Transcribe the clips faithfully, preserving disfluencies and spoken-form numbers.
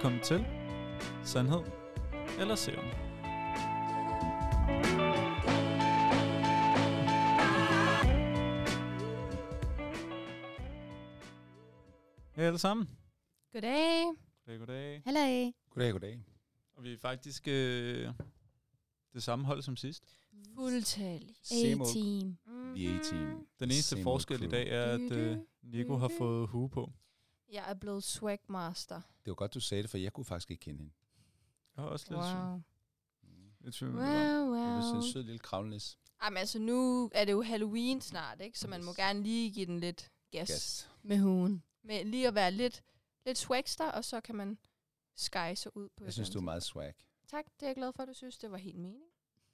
Velkommen til Sandhed eller Serum. Hej alle sammen. Goddag. Goddag, goddag. Halløj. Goddag, goddag. Og vi er faktisk øh, det samme hold som sidst. Fuldtændig. A-team. Mm-hmm. Vi er A-team. Den eneste Same forskel crew. i dag er, at øh, Nico har fået hue på. Jeg er blevet swagmaster. Det var godt, du sagde det, for jeg kunne faktisk ikke kende hende. Jeg har også lidt Wow. lidt tvivl. Wow, Det var sådan wow. en sød lille kravlenis. Jamen altså, nu er det jo Halloween snart, ikke? Så man må gerne lige give den lidt gas, Gas. med hugen. Med lige at være lidt, lidt swagster, og så kan man sky sig ud på Jeg et synes, eller du er andet. meget swag. Tak, det er jeg glad for, at du synes. Det var helt mening.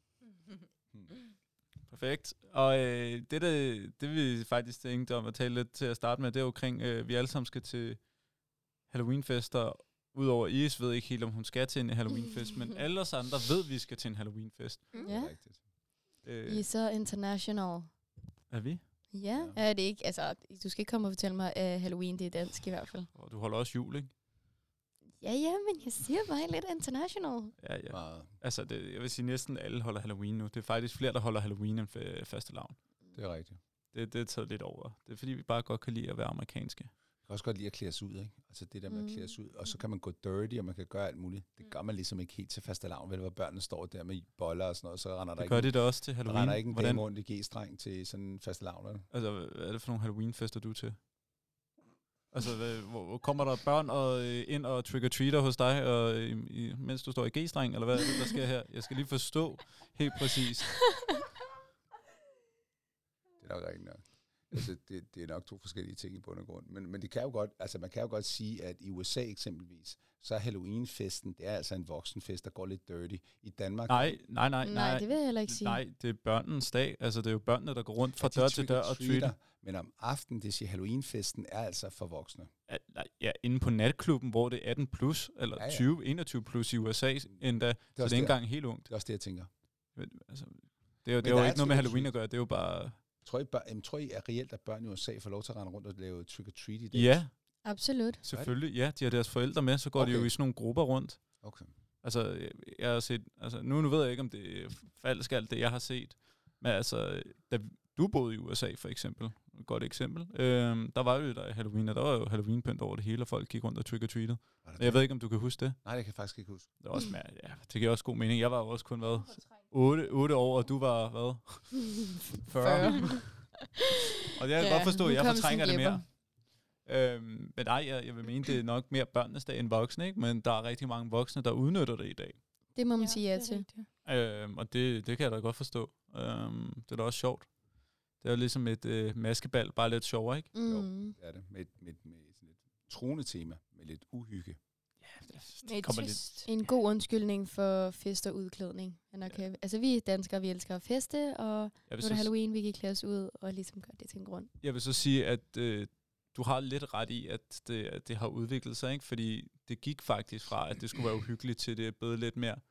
Perfekt. Og øh, det, der, det vi faktisk tænkte om at tale lidt til at starte med, det er jo omkring, øh, vi alle sammen skal til Halloweenfester. Udover Iris ved ikke helt, om hun skal til en Halloweenfest, men alle os andre ved, at vi skal til en Halloweenfest. Mm. Det er Ja. rigtigt. Øh, I er så international. er vi? Ja, Ja. er det ikke? Altså, du skal ikke komme og fortælle mig, at Halloween det er dansk i hvert fald. Og du holder også jul, ikke? Ja, ja, men jeg siger bare lidt international. Ja, ja. Meget. Altså, det, jeg vil sige, næsten alle holder Halloween nu. Det er faktisk flere, der holder Halloween end f- fastelavn. Det er rigtigt. Det, det er taget lidt over. Det er fordi, vi bare godt kan lide at være amerikanske. Jeg kan også godt lide at klæde sig ud, ikke? Altså det der med at Mm. klæde sig ud. Og så kan man gå dirty, og man kan gøre alt muligt. Det gør man ligesom ikke helt til fastelavn, vel? Hvor børnene står der med boller og sådan noget, så render der Det gør ikke, de da også til der Halloween. render ikke en Hvordan, dame rundt i G-streng til sådan en fastelavn, vel? altså, hvad er det for nogle Halloween-fester, du er til? Altså, hvad, hvor, hvor kommer der børn og, øh, ind og trick-or-treater hos dig, og, øh, i, mens du står i G-streng, eller hvad er det, der sker her? Jeg skal lige forstå helt præcis. Det er nok rigtigt nok. Altså, det, det er nok to forskellige ting i bund og grund. Men, men det kan jo godt, altså man kan jo godt sige, at i U S A eksempelvis, så er Halloween-festen, det er altså en voksenfest, der går lidt dirty. I Danmark... Nej, nej, nej, Nej, nej. det vil jeg heller ikke sige. Nej, det er børnens dag. Altså, det er jo børnene, der går rundt fra at de dør til dør og trick-or-treater, treater. Men om aftenen, det siger Halloween-festen, er altså for voksne. Ja, nej, ja, inde på natklubben, hvor det er atten plus, eller Ja, ja. tyve, enogtyve plus i U S A endda, så det er også ikke det. engang helt ungt. Det er også det, jeg tænker. Men, altså, det er jo, det der er jo er ikke noget med trick or Halloween treat. at gøre, det er jo bare... Tror I, bør, jamen, tror I er reelt, at børn i U S A får lov til at rende rundt og lave trick-or-treat i dag? Ja, Absolut. selvfølgelig. Ja, de har deres forældre med, så går okay. de jo Okay. i sådan nogle grupper rundt. Okay. Altså, jeg, jeg har set... Altså, nu, nu ved jeg ikke, om det er falsk alt det, jeg har set. Men altså, da du boede i U S A for eksempel, et godt eksempel, øhm, der var jo der i Halloween, og der var jo Halloween-pynt over det hele, og folk gik rundt og trick-or-treated. Var der Men jeg ved ikke, om du kan huske det. Nej, det kan jeg faktisk ikke huske. Det var også, ja, det giver også god mening. Jeg var jo også kun, hvad, otte år, og du var, hvad, fyrre. Og jeg kan Ja, godt forstå, at jeg hukommelsen fortrænger det glipper. mere. Øhm, men nej, jeg, jeg vil mene, det er nok mere børnenes dag end voksne, ikke? Men der er rigtig mange voksne, der udnytter det i dag. Det må man sige ja det er til. rigtigt. Øhm, og det, det kan jeg da godt forstå. Øhm, det er da også sjovt. Det er jo ligesom et øh, maskebal, bare lidt sjovere, ikke? Mm. Det er det. Med, et- med, et- med sådan et truende tema, med lidt uhygge. Med et kommer lidt- twist. En god undskyldning for fest og udklædning. Men okay. Altså, vi danskere, vi elsker at feste, og Jeg nu vil, er så, det Halloween, vi kan klæde os ud og ligesom gøre det til en grund. jeg vil så sige, at øh, du har lidt ret i, at det, at det har udviklet sig, ikke? Fordi det gik faktisk fra, at det skulle være uhyggeligt, til det er blevet lidt mere,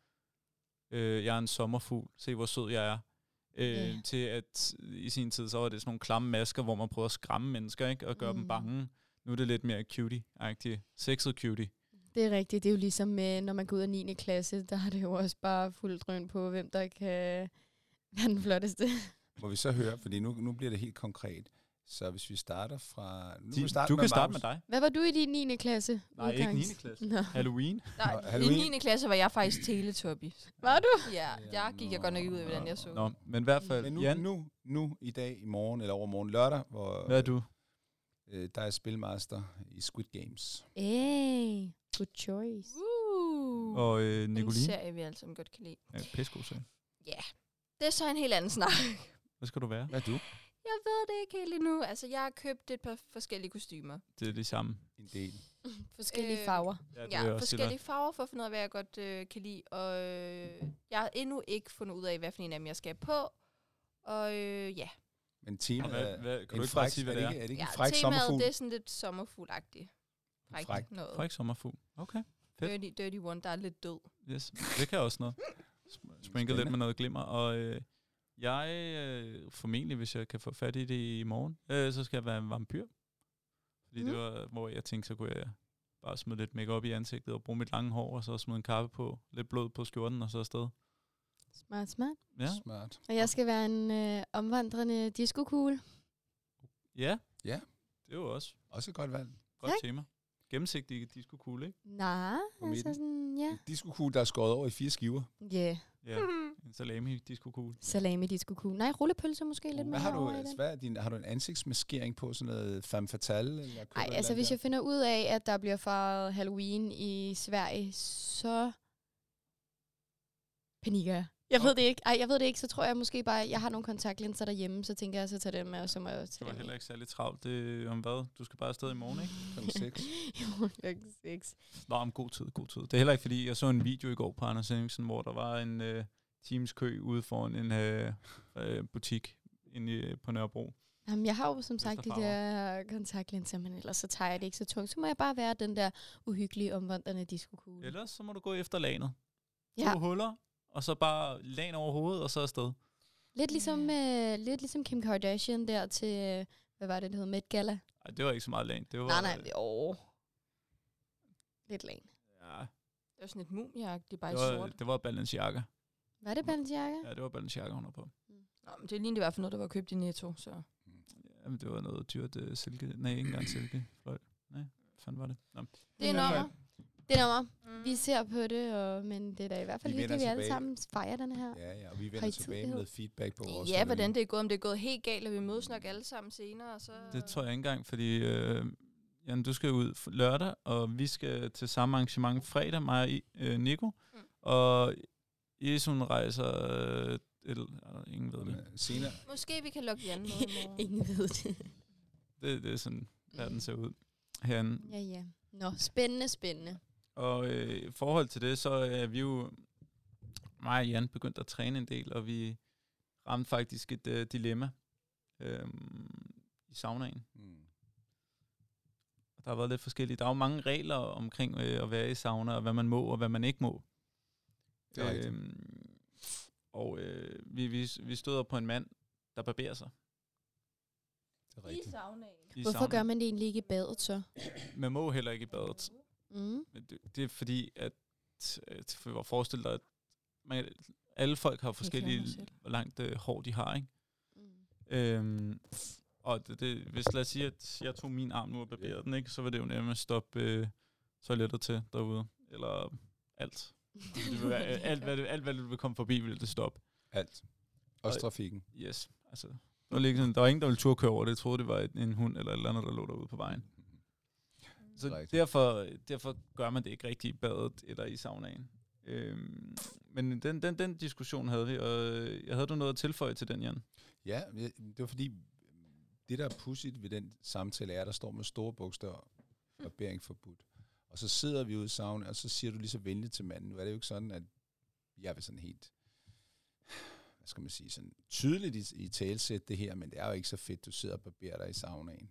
øh, jeg er en sommerfugl, se hvor sød jeg er. Øh, Ja. Til at i sin tid, så var det sådan nogle klamme masker, hvor man prøvede at skræmme mennesker, ikke? Og gøre mm. dem Mm. bange. Nu er det lidt mere cutie-agtigt. Sexet cutie. Det er rigtigt. Det er jo ligesom, med, når man går ud af niende klasse, der har det jo også bare fuld drøn på, hvem der kan være den flotteste. Må vi så høre, fordi nu, nu bliver det helt konkret. Så hvis vi starter fra... Nu De, vi starte du med kan starte Magnus. med dig. Hvad var du i din niende klasse? Nej, ikke Udgangs- niende klasse. Nå. Halloween. Nej, Nå, i Halloween. niende klasse var jeg faktisk teletubby. Var du? Ja, jeg gik jeg godt nok ikke ud af, hvordan jeg så. Nå, men i hvert fald, Men nu, Jan, nu, nu, i dag, i morgen, eller overmorgen lørdag, hvor hvad er du? øh, der er spilmaster i Squid Games. Hey, good choice. Uh. Og øh, En Nicoline? serie, vi alle sammen godt kan lide. Ja, pæsko sagde. Ja, det er så en helt anden snak. Hvad skal du være? Hvad er du? Jeg ved det ikke helt endnu. Altså, jeg har købt et par forskellige kostymer. Det er det samme. En del. Forskellige Øh, farver. Ja, det Ja, vil jeg også sige forskellige farver for at finde ud af, hvad jeg godt øh, kan lide. Og øh, jeg har endnu ikke fundet ud af, hvad for en af dem jeg skal have på. Og øh, ja, Men temaet Og hvad- er hvad- kan du en ikke bare fræk, sige, hvad er det det er? ikke, er det ikke ja en fræk temaet, sommerfugl? det er sådan lidt sommerfuglagtigt. Fræk Fræk. noget. Fræk sommerfugl. Okay, fedt. Dirty, dirty one, der er lidt død. Yes. Det kan også noget. Sp- Sprinkle lidt med noget glimmer. Og øh, jeg, øh, formentlig, hvis jeg kan få fat i det i morgen, øh, så skal jeg være en vampyr. Fordi mm. det var, hvor jeg tænkte, så kunne jeg bare smide lidt makeup i ansigtet og bruge mit lange hår, og så smide en kappe på, lidt blod på skjorten, og så afsted. Smart, smart. Ja. Smart. Og jeg skal være en øh, omvandrende disco-kugle. Ja. Ja. Det er jo også Også et godt valg. godt Tak. tema. Gennemsigtig disco cool, ikke? Nej, På altså midten. sådan, ja. En disco-kugle, der er skåret over i fire skiver. Ja, yeah. Ja. En salami disco cool. salami disco-kugle. Nej, rullepølse måske lidt Hvad mere har du, over i den. hvad er din, har du en ansigtsmaskering på, sådan noget femme fatale? Eller køber Nej, et altså eller hvis andet jeg finder ud af, at der bliver fejret Halloween i Sverige, så panikker jeg. Jeg ved det ikke. Ej, jeg ved det ikke. Så tror jeg måske bare, at jeg har nogle kontaktlinser derhjemme, så tænker jeg, så tager dem med, og så må jeg Det tage var dem heller med. ikke særlig travlt. Det er om hvad? Du skal bare afsted i morgen, ikke? klokken seks? Jo, klokken seks. Nå, om god tid, god tid. Det er heller ikke, fordi jeg så en video i går på Anders Henningsen, hvor der var en øh, times kø ude foran en øh, øh, butik inde i, på Nørrebro. Jamen, jeg har jo som sagt de Vesterfarver. der kontaktlinser, men ellers så tager jeg det ikke så tungt. Så må jeg bare være den der uhyggelige omvandrende disco-kugle. Ellers så må du gå efter lanet. Ja, To huller, og så bare lan over hovedet, og så afsted. lidt ligesom, øh, lidt ligesom Kim Kardashian der til, øh, hvad var det, det hed, Met Gala. Ej, det var ikke så meget lan. Det var, Nej, nej, åh. Lidt lan. Ja, Det er sådan et mumjak, det er bare det i var, sort. det var Balenciaga. Var det Balenciaga? Ja, det var Balenciaga, hun var på. Nå, men det lignede i hvert fald noget, der var købt i Netto, så... Jamen, det var noget dyrt uh, silke. Nej, ikke engang silke. Fløjt. Nej, hvad fanden var det? Nå. Det er I hvert nummer. Det er nummer. Mm. Vi ser på det, og, men det er da i hvert fald Vi vender hyggeligt, at vi alle tilbage. sammen fejrer den her. Ja, ja, og vi vender Højtidighed. tilbage med noget feedback på vores Ja, hvordan det er gået. Om det er gået helt galt, og vi mødes nok alle sammen senere. Og så... Det tror jeg ikke engang, fordi øh, Jan, du skal ud f- lørdag, og vi skal til samme arrangement fredag, mig og I- øh, Nico. Mm. Og Jesun rejser... Øh, et, altså, ingen ved det. Men senere. Måske vi kan lukke Jan med i morgen. Ingen ved det. det. Det er sådan, verden ser ud herinde. Ja, ja. Nå, spændende, spændende. Og øh, i forhold til det, så er vi jo... Mig og Jan begyndt at træne en del, og vi ramte faktisk et øh, dilemma øh, i saunaen. Mm. Der har været lidt forskellige. Der er jo mange regler omkring øh, at være i sauna, og hvad man må, og hvad man ikke må. Det er rigtigt. Øhm, og øh, vi, vi, vi støder på en mand, der barberer sig Det er I rigtigt. saunaen. i Hvorfor saunaen. gør man det egentlig ikke i badet så? Man må heller ikke i badet. Mm. Men det, det er fordi, at, at for at forestille dig, at man, alle folk har forskellige, mig selv. hvor langt øh, hår de har, ikke? Mm. Øhm, og det, det, hvis lad os sige, at jeg tog min arm nu og barberede den, ikke, så vil det jo nærmest stoppe øh, toilettet til derude. Eller alt. Det vil være, alt, hvad det, alt, hvad det vil komme forbi, vil det stoppe. Alt. Også Og- trafikken. Yes. Altså, der, var ikke sådan, der var ingen, der ville turde køre over det. Jeg troede, det var et, en hund eller et eller andet, der lå derude på vejen. Så Rigtigt. derfor, derfor gør man det ikke rigtigt i badet eller i saunaen. Øhm, men den, den, den diskussion havde vi, og jeg havde du noget at tilføje til den, Jan? Ja, det var fordi, det der er pudsigt ved den samtale er, der står med store bogstaver, barbering forbudt. Og så sidder vi ude i sauna, og så siger du lige så venligt til manden. Nu er det jo ikke sådan, at jeg vil sådan helt, hvad skal man sige, sådan tydeligt i, i talsæt det her, men det er jo ikke så fedt, du sidder og barberer dig i saunaen.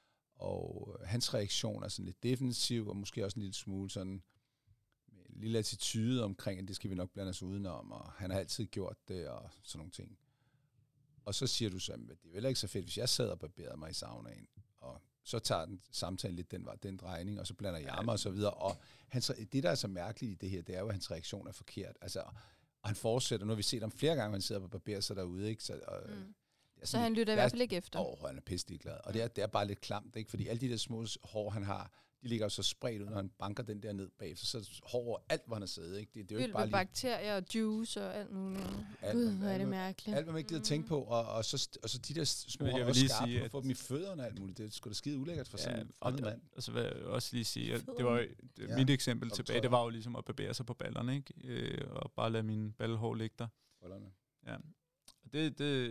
Og øh, hans reaktion er sådan lidt defensiv, og måske også en lille smule sådan, med en lille attitude omkring, at det skal vi nok blande os udenom, og han har altid gjort det, og sådan nogle ting. Og så siger du så, at det er vel ikke så fedt, hvis jeg sad og barberede mig i saunaen, og så tager den samtalen lidt den, den drejning, og så blander jeg mig og så videre. Og hans, det, der er så mærkeligt i det her, det er jo, at hans reaktion er forkert. Altså, og han fortsætter, nu har vi set ham flere gange, han sidder og barberer sig derude, ikke? Så, og, Mm. det er Så han lytter i det er- hvert fald ikke efter. Åh, oh, han er pisselig glad. Og det er, det er bare lidt klamt, ikke? Fordi alle de der små hår, han har, de ligger jo så spredt ud, når han banker den der ned bagefter. Så er der hår over alt, hvor han har siddet, ikke? Det, det er jo Fyldt ikke bare med lige bakterier og juice og alt muligt. alt, Gud, alt, hvor er det alt, mærkeligt. alt, hvad man ikke gider tænke på. Og, og, så, og så de der små Jeg vil hår, lige skarpe, sige, og at- få dem i fødderne og alt muligt. Det er sgu da skide ulækkert for sådan en og, fremmed mand. og så vil jeg også lige sige, at det var jo- det, Ja. mit eksempel Og tilbage, det var jo ligesom at barbere sig på ballerne, ikke? Øh, og bare lade mine ballehår ligge der. Bollerne. Ja. Og det, det,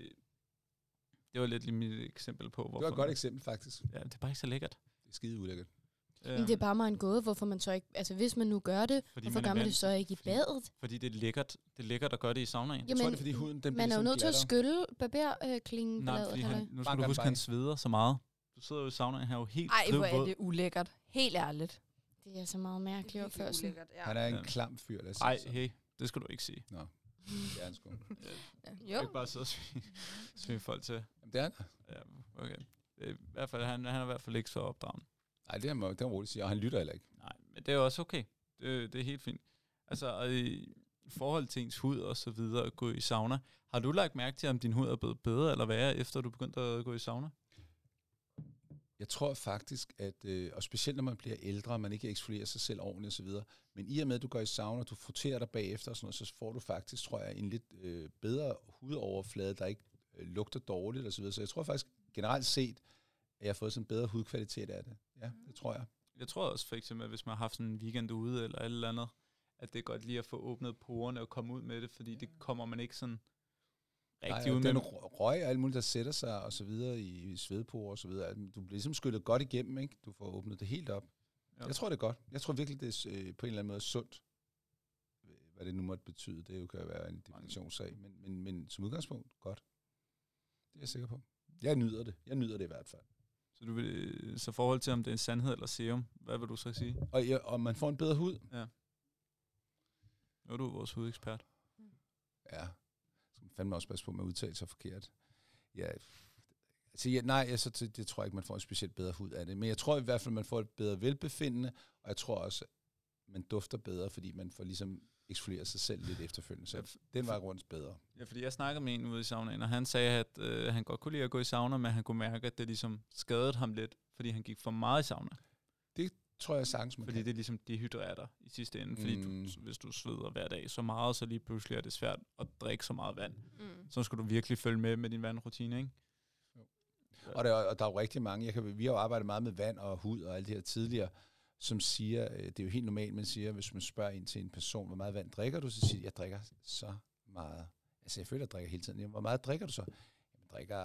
det var lidt lige mit eksempel på, hvorfor... Det var et godt eksempel, faktisk. Ja, det er bare ikke så lækkert. Det er skide ulækkert. Men det er bare mig en gåde, hvorfor man så ikke... Altså, hvis man nu gør det, Fordi hvorfor man er gør man det vant- så ikke i fordi- badet? Fordi det er lækkert, det er lækkert at gøre det i saunaen. Jeg tror, Jamen, det er, fordi huden, den man er jo bliver nødt til at ligesom skylle barberklingen Nej, bladet, fordi eller? han, nu skal Banker du den huske, bare han ind. sveder så meget. Du sidder jo i saunaen, han er jo helt Ej, hvor er drivvåd. det ulækkert. Helt ærligt. Det er så meget mærkeligt opførsel. ulækkert, ja. Han er en Ja. klam fyr, lad os sige Ej, det sådan. hey, det skal du ikke sige. Nå, det er han sgu. Ja. Du kan Jo. ikke bare sidde og svine, svine folk til. Jamen, det er han. Ja, okay. Det er I hvert fald, han, han er i hvert fald ikke så opdragende. Nej, det er må, det er roligt sige, og han lytter heller ikke. Nej, men det er også okay. Det, det er helt fint. Altså, og i forhold til ens hud og så videre, at gå i sauna, har du lagt mærke til, om din hud er blevet bedre eller værre, efter du begyndte at gå i sauna? Jeg tror faktisk, at, øh, og specielt når man bliver ældre, man ikke eksfolierer sig selv ordentligt og så videre, men i og med, at du går i sauna, du frotterer dig bagefter og sådan noget, så får du faktisk, tror jeg, en lidt øh, bedre hudoverflade, der ikke øh, lugter dårligt og så videre. Så jeg tror faktisk generelt set, at jeg har fået sådan en bedre hudkvalitet af det. Ja, det tror jeg. Jeg tror også for eksempel, at hvis man har haft sådan en weekend ude eller et eller andet, at det er godt lige at få åbnet porerne og komme ud med det, fordi det kommer man ikke sådan rigtig Nej, ud med. med. Røg og alt muligt, der sætter sig og så videre i svedporer og så videre. Du bliver ligesom skyllet godt igennem, ikke? Du får åbnet det helt op. Ja. Jeg tror, det er godt. Jeg tror virkelig, det er øh, på en eller anden måde sundt. Hvad det nu måtte betyde, det kan jo være en definitionssag. Men, men, men som udgangspunkt, godt. Det er jeg sikker på. Jeg nyder det. Jeg nyder det i hvert fald. Så du vil, så forhold til, om det er en sandhed eller serum, hvad vil du så sige? Og, ja, og man får en bedre hud. Ja. Nu er du vores hudekspert. Ja. Så man fandme også passe på med at udtale sig forkert. Ja. Altså, ja, nej, jeg, så, det, det tror jeg ikke, man får en specielt bedre hud af det. Men jeg tror i hvert fald, man får et bedre velbefindende, og jeg tror også, man dufter bedre, fordi man får ligesom eksfolieret sig selv lidt efterfølgende. Så ja, den var rundt bedre. Ja, fordi jeg snakkede med en ude i saunaen, og han sagde, at øh, han godt kunne lide at gå i sauna, men han kunne mærke, at det ligesom skadede ham lidt, fordi han gik for meget i sauna. Det tror jeg sagtens, man Fordi kan. det ligesom dehydrerer dig i sidste ende. Fordi Mm. du, hvis du sveder hver dag så meget, så lige pludselig er det svært at drikke så meget vand. Mm. Så skal du virkelig følge med med din vandrutine, ikke? Jo. Og, der, og der er jo rigtig mange, jeg kan, vi har jo arbejdet meget med vand og hud og alt det her tidligere, som siger, det er jo helt normalt, man siger, hvis man spørger ind til en person, hvor meget vand drikker du, så siger de, jeg drikker så meget. Altså jeg føler, jeg drikker hele tiden. Hvor meget drikker du så? Jeg drikker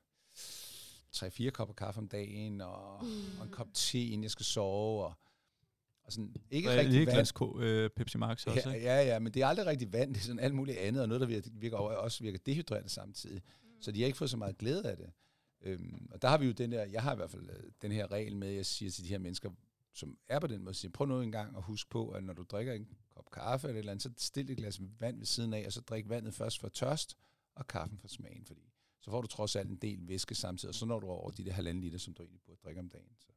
tre fire kopper kaffe om dagen, og, mm. og en kop te, inden jeg skal sove, og, og sådan, ikke og rigtig lige vand. glas ko, øh, Pepsi Max også, Ja, ikke? ja, ja, men det er aldrig rigtig vand, det er sådan alt muligt andet, og noget, der virker, virker også virker dehydrerende samtidig. Mm. Så de har ikke fået så meget glæde af det. Øhm, og der har vi jo den der, jeg har i hvert fald øh, den her regel med, jeg siger til de her mennesker, som er på den måde, siger, prøv nu en gang at huske på, at når du drikker en kop kaffe eller et eller andet, så stil et glas vand ved siden af, og så drik vandet først for tørst, og kaffen for smagen, fordi så får du trods alt en del væske samtidig, og så når du over de der halvanden liter, som du egentlig burde drikke om dagen. Så.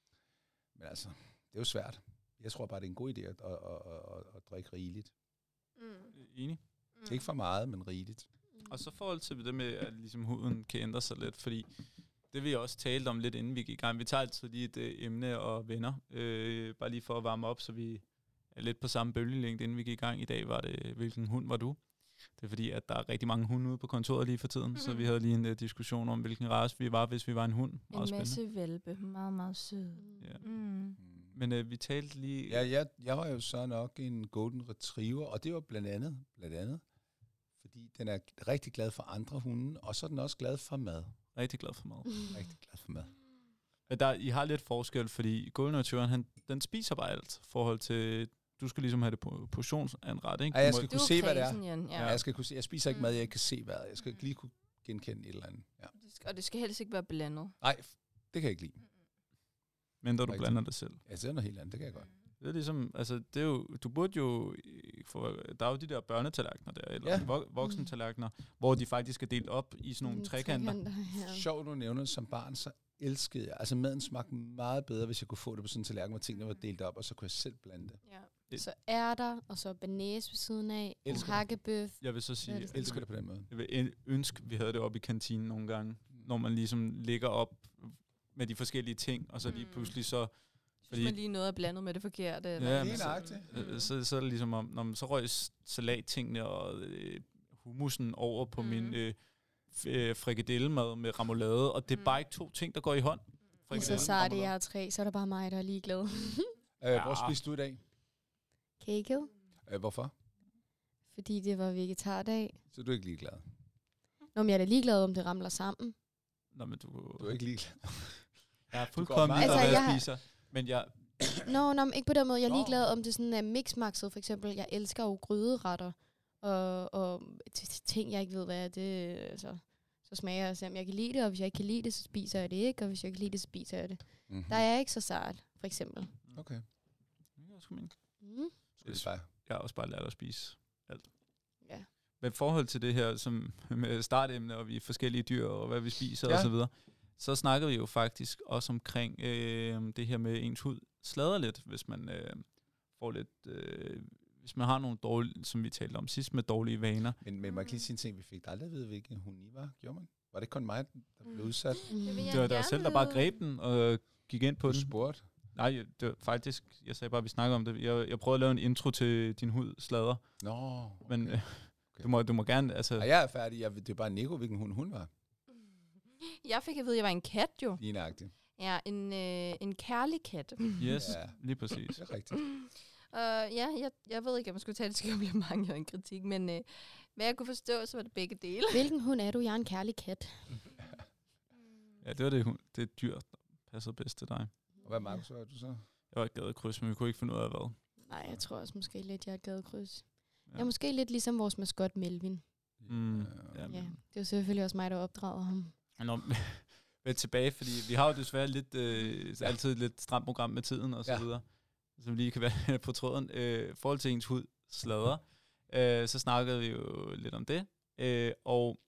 Men altså, det er jo svært. Jeg tror bare, det er en god idé at, at, at, at, at drikke rigeligt. Mm. Enig. Mm. Ikke for meget, men rigeligt. Og så forhold til det med, at ligesom huden kan ændre sig lidt, fordi det vi også talte om lidt, inden vi gik i gang. Vi tager altid lige et øh, emne og venner, øh, bare lige for at varme op, så vi er lidt på samme bølgelængde, inden vi gik i gang. I dag var det, hvilken hund var du? Det er fordi, at der er rigtig mange hunde ude på kontoret lige for tiden, mm-hmm. så vi havde lige en uh, diskussion om, hvilken race vi var, hvis vi var en hund. En Meget masse spændende. valpe. Meget, meget sød. Ja. Mm. Men uh, vi talte lige... Ja, jeg, jeg var jo så nok en golden retriever, og det var blandt andet, blandt andet, fordi den er rigtig glad for andre hunde, og så er den også glad for mad. Rigtig glad for mad. Rigtig glad for mad. Men der, I har lidt forskel, fordi golden retrieveren, han, den spiser bare alt, i forhold til... Du skal ligesom have det på portionsanret, ikke? Ja, jeg Du må- skal Du kunne er se, hvad det kredsen, er. Jan. Ja. Ja. Jeg, skal kunne se, jeg spiser ikke Mm. mad, jeg ikke kan se, hvad det er. Jeg skal lige kunne genkende et eller andet. Ja. Det skal- Og det skal helst ikke være blandet. Nej, det kan jeg ikke lide. Mindre du Rigtig. blander det selv. Altså, det er noget helt andet, det kan jeg godt. Det er ligesom, altså, det er jo, du burde jo, øh, for, der er jo de der børnetallerkener der, eller Ja. ja. voksentallerkener, hvor de faktisk er delt op i sådan nogle Mm, trekanter. ja. Sjovt, du nævner det som barn, så elskede jeg. Altså, maden smagte meget bedre, hvis jeg kunne få det på sådan en tallerken, hvor tingene var delt op, og så kunne jeg selv blande det. Ja. Så ærter, og så banæs ved siden af, Elsker det. hakkebøf. Jeg vil så sige, Ja, jeg det Jeg elsker det på den måde. jeg vil en- ønske, vi havde det oppe i kantinen nogle gange, når man ligesom ligger op med de forskellige ting, og så lige Mm. pludselig så, Hvis man lige noget er blandet med det forkerte. Eller? Ja, Helt men så, nøjagtigt. øh, så, så er det ligesom om, når man så røg s- salattingene og øh, hummusen over på Mm. min øh, f- øh, frikadellemad med remoulade, og det er Mm. bare ikke to ting, der går i hånd. I så Frikadelle, sarte remoulade. jeg er tre, så er der bare mig, der er ligeglad. Øh, Ja. hvor spiste du i dag? Cake'et, Øh, hvorfor? fordi det var vegetardag. Så er du ikke ligeglad. Nå, men jeg er da ligeglad, om det ramler sammen. Nå, men du, Du er ikke ligeglad. jeg er går fuldkommen meget- ligeglad, Altså, hvad jeg jeg har- spiser. Men jeg, Nå, nå, men ikke på den måde. Jeg er Nå. ligeglad, om det sådan er mixmaxet, for eksempel. Jeg elsker jo gryderetter, og, og t- t- ting, jeg ikke ved, hvad er det. Altså, så smager jeg, om jeg kan lide det, og hvis jeg ikke kan lide det, så spiser jeg det ikke, og hvis jeg kan lide det, så spiser jeg det. Mm-hmm. Der er jeg ikke så sart, for eksempel. Okay. det er sgu min- Mm. Så det er bare. jeg har også bare lært at spise alt. Ja. Men i forhold til det her som med startemne, og vi er forskellige dyr, og hvad vi spiser Ja. og så videre, så snakkede vi jo faktisk også omkring øh, det her med ens hud sladrer lidt, hvis man øh, får lidt, øh, hvis man har nogle dårlige, som vi talte om sidst, med dårlige vaner. Men, men må jeg ikke lige sige en ting, vi fik aldrig at vide, hvilken hund I var, gjorde man? Var det kun mig, der blev udsat? Det vil jeg Det var der gerne selv, der bare vide. greb den og gik ind på Du den. spurgte? Nej, det var faktisk, jeg sagde bare, at vi snakker om det. Jeg, jeg prøvede at lave en intro til din hud sladder, Nå, okay. men øh, Okay. du, må, du må gerne, altså... Og jeg er færdig. Jeg, det er bare Nico, hvilken hund hun var. Jeg fik at vide, at jeg var en kat jo. Lige nøjagtigt. Ja, en, øh, en kærlig kat. Yes, Ja. lige præcis. Det er rigtigt. Og ja, jeg, jeg ved ikke, om man skulle tage det til kompliment eller en kritik, men øh, hvad jeg kunne forstå, så var det begge dele. Hvilken hund er du? Jeg er en kærlig kat. Ja, det var det, hun- det dyr, der passede bedst til dig. Og hvad, Markus, var du så? Jeg var et gadekryds, men vi kunne ikke finde ud af hvad. Nej, jeg tror også måske lidt, jeg er et gadekryds. Ja. Jeg er måske lidt ligesom vores maskot Melvin. Mm, Ja. ja. Ja, det er jo selvfølgelig også mig, der opdrager ham. Nå, vend tilbage, fordi vi har jo desværre lidt, øh, ja. altid et lidt stramt program med tiden og så Ja. videre, som lige kan være på tråden. Øh, forhold til ens hud sladder, øh, så snakkede vi jo lidt om det, øh, og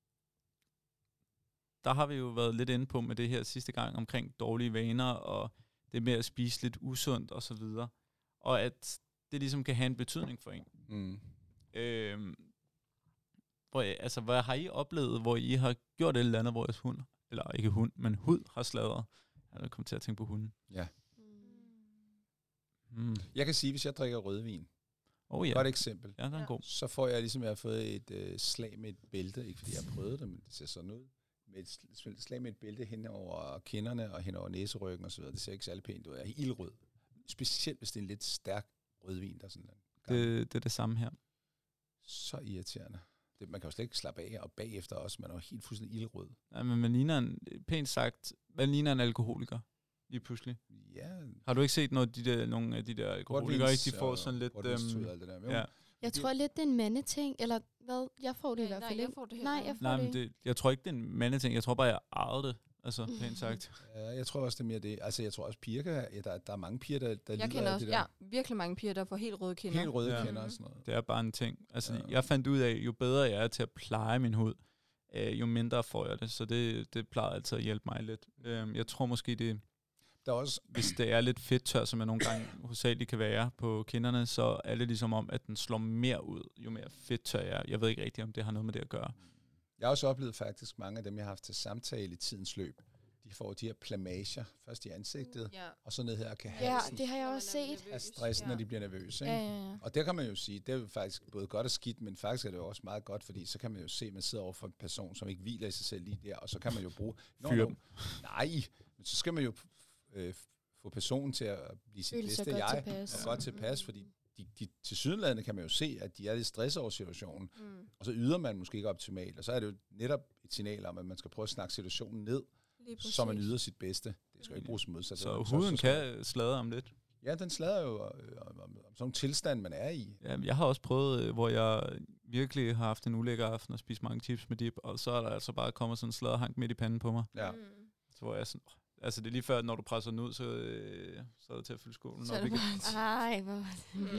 der har vi jo været lidt inde på med det her sidste gang omkring dårlige vaner og det med at spise lidt usundt og så videre, og at det ligesom kan have en betydning for en. Mm. Øh, hvor, altså, hvad har I oplevet, hvor I har gjort et eller andet, hvor jeres hund, eller ikke hund, men hud har sladret? Jeg er kommet til at tænke på hunden. Ja. Mm. Jeg kan sige, hvis jeg drikker rødvin, Oh ja, godt eksempel, ja, den er Ja. god. så får jeg ligesom, jeg har fået et øh, slag med et bælte, ikke fordi jeg har prøvet det, men det ser sådan ud, med et sl- slag med et bælte hen over kinderne og hen over næseryggen og så videre. Det ser ikke særlig pænt ud. Jeg er ildrød. Specielt hvis det er en lidt stærk rødvin, der er sådan en Det, det er det samme her. så irriterende. Det, man kan jo slet ikke slappe af, og bagefter også, man er jo helt fuldstændig ildrød. Ja, men man ligner en, pænt sagt, man ligner en alkoholiker, lige pludselig. Ja, Har du ikke set noget, de der, nogle af de der alkoholikere, ikke? De får sådan lidt... Øhm, Øhm, alt det der. Jo. ja. Jeg tror lidt, det er en mandeting, eller hvad? Jeg får det i hvert Nej, fald jeg ikke. får det heller Nej, ikke. jeg får Nej, det men ikke. det, jeg tror ikke, det er en mandeting. Jeg tror bare, jeg ejede det. Altså, pænt sagt. Ja, jeg tror også, det er mere det. Altså, jeg tror også, piger kan, ja, der, der er mange piger, der, der Jeg lider kender af også, det der. ja, virkelig mange piger, der får helt røde kinder. Helt røde Ja. ja. kender og sådan noget. Det er bare en ting. Altså, Ja. ja. Jeg fandt ud af, jo bedre jeg er til at pleje min hud, øh, jo mindre får jeg det. Så det, det plejer altid at hjælpe mig lidt. Øh, jeg tror måske, det, Der er også, hvis det er lidt fedttør, som jeg nogle gange hovedsageligt kan være på kinderne, så er det ligesom om, at den slår mere ud, jo mere fedttør jeg er. Jeg ved ikke rigtigt, om det har noget med det at gøre. jeg har også oplevet faktisk mange af dem, jeg har haft til samtale i tidens løb. De får de her plamager, først i ansigtet, Ja. og så ned her kan Ja, halsen det har jeg Når man også er set. nervøs. af stress, når de bliver nervøse. Ikke? Ja, ja, ja. Og der kan man jo sige, det er jo faktisk både godt og skidt, men faktisk er det jo også meget godt, fordi så kan man jo se, at man sidder over for en person, som ikke hviler i sig selv lige der, og så kan man jo bruge... Nå, Fyre nå, nej, men så skal man jo øh, få personen til at blive sit Føle sig bedste godt jeg, tilpas. og godt tilpas, fordi de, de, til sydenlandet kan man jo se, at de er lidt stresset over situationen, Mm. og så yder man måske ikke optimalt, og så er det jo netop et signal om, at man skal prøve at snakke situationen ned, Lige så man præcis. yder sit bedste. Det skal jo ikke bruges modsat. Så huden kan sladre om lidt. Ja, den slader jo øh, om, om, om sådan nogle tilstand, man er i. Ja, jeg har også prøvet, øh, hvor jeg virkelig har haft en ulækker aften og spist mange chips med dip, og så er der altså bare kommet sådan en sladderhank midt i panden på mig. Ja. Mm. Så hvor jeg sådan, åh, altså det er lige før, når du presser den ud, så, øh, så er det til at fylde skålen Så er op det igen. bare Ej, hvor...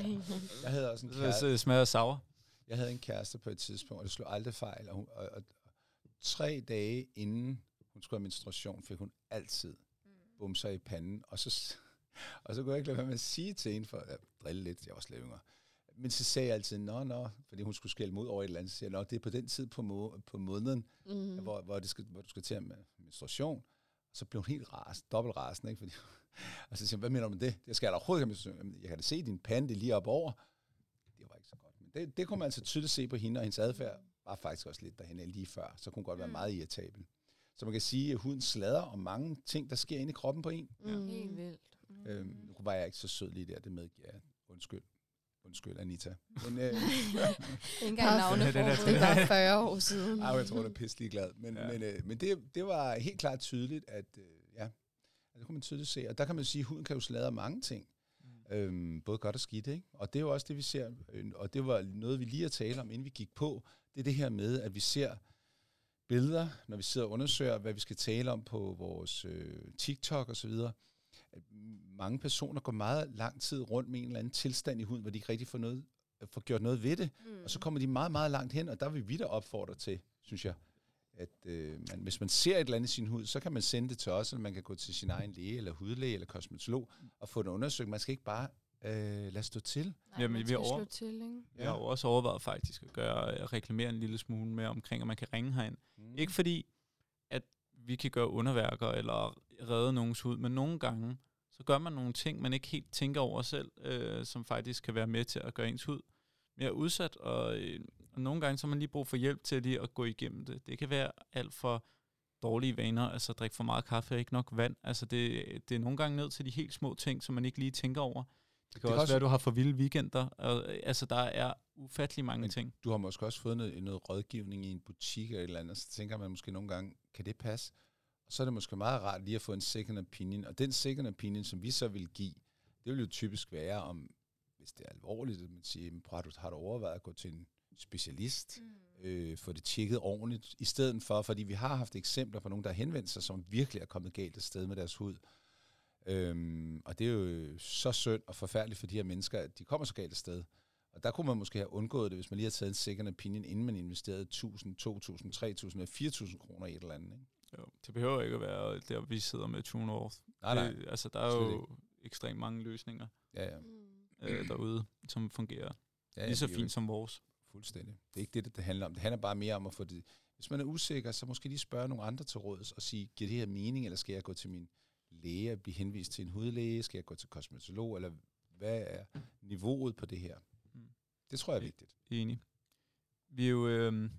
Jeg havde også en Så, kæreste, så det smager sour. jeg havde en kæreste på et tidspunkt, og det slog aldrig fejl, og, hun, og, og tre dage inden hun skulle have menstruation, fik hun altid bumser i panden, og så, og så kunne jeg ikke lade være med at sige til hende, for at drille lidt, jeg var slet yngre. Men så sagde jeg altid, nå, nå, fordi hun skulle skælde mod over et eller andet, så siger jeg, nå, det er på den tid på, må, på måneden, Mm. mm. hvor, hvor, det skal, hvor du skal til med menstruation. Og så blev hun helt ras, dobbelt rasende, ikke? Fordi, og så siger hun, hvad mener du med det? Det skal jeg da overhovedet ikke have menstruation. Jeg kan da se din pande, det er lige op over. Det var ikke så godt. Men det, det kunne man altså tydeligt se på hende, og hendes adfærd var faktisk også lidt derhen lige før. Så kunne hun godt være Mm. meget irritabel. Så man kan sige, at huden slader om mange ting, der sker inde i kroppen på en. Mm. Helt vildt. Mm. Øhm, nu var jeg ikke så sød lige der, det medgiver jeg. Undskyld. Undskyld, Anita. Men, øh, Ikke engang Parfum. navne Den er- for Det var fyrre år siden. ej, jeg tror, det er pisselig glad. Men, Ja. ja. men, øh, men det, det var helt klart tydeligt, at øh, ja, det kunne man tydeligt se. Og der kan man sige, at huden kan jo sladre mange ting. Mm. Øhm, både godt og skidt, ikke? Og det er jo også det, vi ser. Øh, og det var noget, vi lige har talt om, inden vi gik på. Det er det her med, at vi ser billeder, når vi sidder og undersøger, hvad vi skal tale om på vores øh, TikTok og så videre. At mange personer går meget lang tid rundt med en eller anden tilstand i huden, hvor de ikke rigtig får, noget, får gjort noget ved det. Mm. Og så kommer de meget, meget langt hen, og der vil vi da opfordre til, synes jeg, at øh, man, hvis man ser et eller andet i sin hud, så kan man sende det til os, eller man kan gå til sin egen læge, eller hudlæge, eller kosmetolog, og få det undersøgt. Man skal ikke bare øh, lade stå til. Nej, Jamen, man vi skal over- slå til, ikke? Jeg har jo også overvejet faktisk at gøre at reklamere en lille smule mere omkring, at man kan ringe herind. Mm. Ikke fordi, at vi kan gøre underværker eller redde nogens hud, men nogle gange, så gør man nogle ting, man ikke helt tænker over selv, øh, som faktisk kan være med til at gøre ens hud mere udsat, og, øh, og nogle gange så har man lige brug for hjælp til lige at gå igennem det. Det kan være alt for dårlige vaner, altså drikke for meget kaffe og ikke nok vand. Altså det, det er nogle gange ned til de helt små ting, som man ikke lige tænker over. Det kan, det også, også være, at du har for vilde weekender. Og, altså, der er ufattelig mange Men ting. Du har måske også fået noget, noget rådgivning i en butik eller et eller andet, så tænker man måske nogle gange, kan det passe? Og så er det måske meget rart lige at få en second opinion. Og den second opinion, som vi så vil give, det vil jo typisk være om, hvis det er alvorligt, at man siger, prøv, har, du, har du overvejet at gå til en specialist, mm. øh, få det tjekket ordentligt, i stedet for, fordi vi har haft eksempler på nogen, der har henvendt sig, som virkelig er kommet galt af sted med deres hud. Øhm, og det er jo så synd og forfærdeligt for de her mennesker, at de kommer så galt af sted. Og der kunne man måske have undgået det, hvis man lige havde taget en second opinion, inden man investerede tusind, to tusind, tre tusind eller fire tusind kroner i et eller andet. Ikke? Jo, det behøver ikke at være der, vi sidder med True North. Nej, nej. Det, altså, der er Slet jo ekstremt mange løsninger Ja, ja. øh, derude, som fungerer ja, ja lige så det er jo fint som vores. Fuldstændig. Det er ikke det, det handler om. Det handler bare mere om at få det. Hvis man er usikker, så måske lige spørge nogle andre til råds og sige, giver det her mening, eller skal jeg gå til min læge og blive henvist til en hudlæge? Skal jeg gå til kosmetolog? Eller hvad er niveauet på det her? Mm. Det tror jeg er vigtigt. Enig. Vi er jo, øh,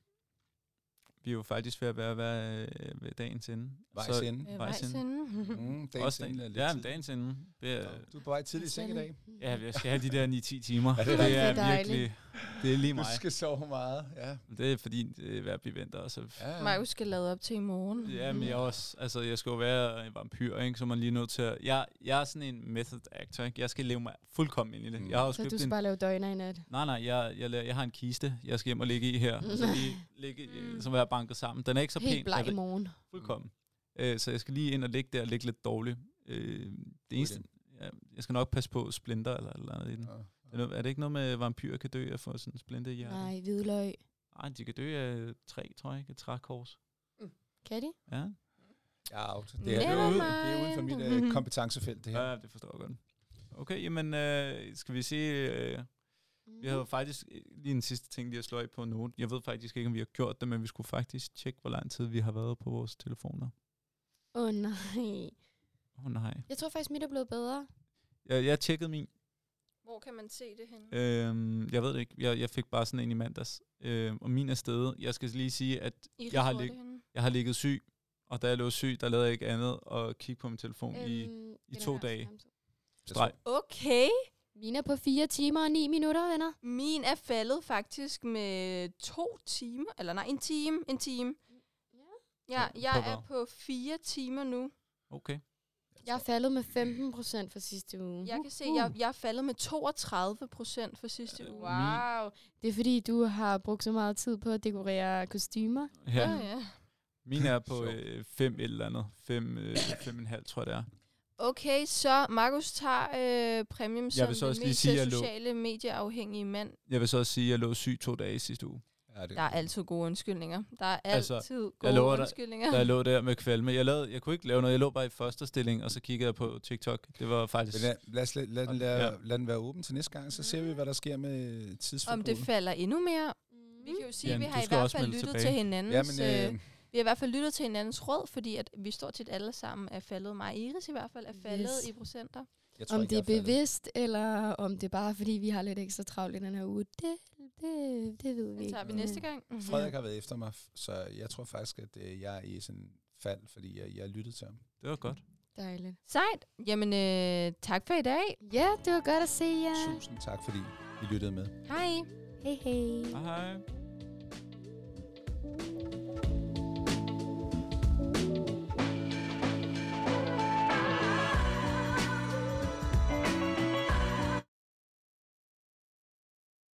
vi er jo faktisk ved at være, være øh, ved dagens ende. Vejs Så- ende. Øh, Vejs Vejs ende. ende. Mm, dagens Også ende er dagen, lidt ja, tid. men dagens ende. Det er, Du er på vej tidligt i seng i dag. ja, jeg skal have de der ni til ti timer. Ja, det er det rigtig er dejligt. virkelig, det er lige Du mig. skal sove meget. Ja. Det er fordi, det er værd, vi venter. Og så, Ja, ja. Markus skal lade op til i morgen. ja, men jeg er også, altså jeg skal jo være en vampyr, ikke? Så man lige er nødt til at, jeg, jeg er sådan en method actor, ikke? Jeg skal leve mig fuldkommen ind i det. Mm. Jeg har jo Så du købt skal en, bare lave døgner i nat. nej, nej, jeg, jeg, jeg, jeg har en kiste, jeg skal hjem og ligge i her, og så lige ligge, i- som er banket sammen. Den er ikke så pæn. Helt bleg jeg i ved- morgen. Fuldkommen. Øh, så jeg skal lige ind og ligge der og ligge lidt dårligt. Øh, det eneste, ja, jeg skal nok passe på splinter eller eller andet i den. Ja. Er det, er det ikke noget med, at vampyrer kan dø af at få sådan en splinter i hjertet? Nej, hvidløg. Nej, de kan dø af træ, tror jeg ikke. Et trækors. Kan de? Ja. Jeg er out. Det er, det er, Never ude, det er uden for mit mind. uh, kompetencefelt, det her. Ja, det forstår jeg godt. Okay, jamen, øh, skal vi se... Øh, vi havde faktisk øh, lige en sidste ting, lige at slå af på note. Jeg ved faktisk ikke, om vi har gjort det, men vi skulle faktisk tjekke, hvor lang tid vi har været på vores telefoner. Åh oh, nej. Åh oh, nej. Jeg tror faktisk, mit er blevet bedre. Jeg, jeg tjekkede min. Hvor kan man se det henne? Øhm, jeg ved det ikke. Jeg, jeg fik bare sådan en i mandags. Øhm, og min er stedet. Jeg skal lige sige, at Iris, jeg har, hvor er lig, det henne? jeg har ligget syg. Og da jeg lå syg, der lavede jeg ikke andet at kigge på min telefon øhm, i Øhm, i den to her. dage. Jeg streg. Okay. Min er på fire timer og ni minutter, venner. Min er faldet faktisk med to timer. Eller nej, en time. En time. Ja, På- jeg på er hvad? på fire timer nu. Okay. Jeg er faldet med femten procent for sidste uge. Jeg kan se, jeg, jeg er faldet med toogtredive procent for sidste Øh, uge. Wow. Det er fordi, du har brugt så meget tid på at dekorere kostymer. Ja. Ja, ja. Min er på Sjovt. øh, fem et eller andet. Fem, øh, fem og en halv, tror jeg det er. Okay, så Markus tager øh, præmien Jeg som vil så den også lige mest sige, at jeg lå- sociale medieafhængige mand. Jeg vil så også sige, at jeg lå syg to dage i sidste uge. Ja, det, Der er altid gode undskyldninger. Der er Altså, altid jeg gode lover dig, undskyldninger. Da jeg lå der med kvalme. Jeg, lavede, jeg kunne ikke lave noget. Jeg lå bare i første stilling, og så kiggede jeg på TikTok. Det var faktisk... Men lad, lad, os lad, lad, den, lad, Ja. lad den være åben til næste gang, så ser vi, hvad der sker med Om tidsforbruget. det falder endnu mere. Vi kan jo sige, Jan, at vi du har i skal hvert også fald melde lyttet tilbage. til hinandens... Ja, men, øh, øh, vi har i hvert fald lyttet til hinandens råd, fordi at vi står tit alle sammen er faldet. Mig og Iris i hvert fald er faldet Yes. i procenter. jeg tror Om ikke, det er jeg faldet. bevidst, eller om det er bare fordi, vi har lidt ekstra travlt i den her uge, det, det, det ved vi Den ikke. tager vi Mm. næste gang. Frederik har været efter mig, f- så jeg tror faktisk, at øh, jeg er i sådan fald, fordi jeg, jeg har lyttet til ham. Det var godt. Dejligt. Sejt. Jamen, øh, tak for i dag. Ja, det var godt at se jer. Tusind tak, fordi I lyttede med. Hej. Hej hej. Hej hej.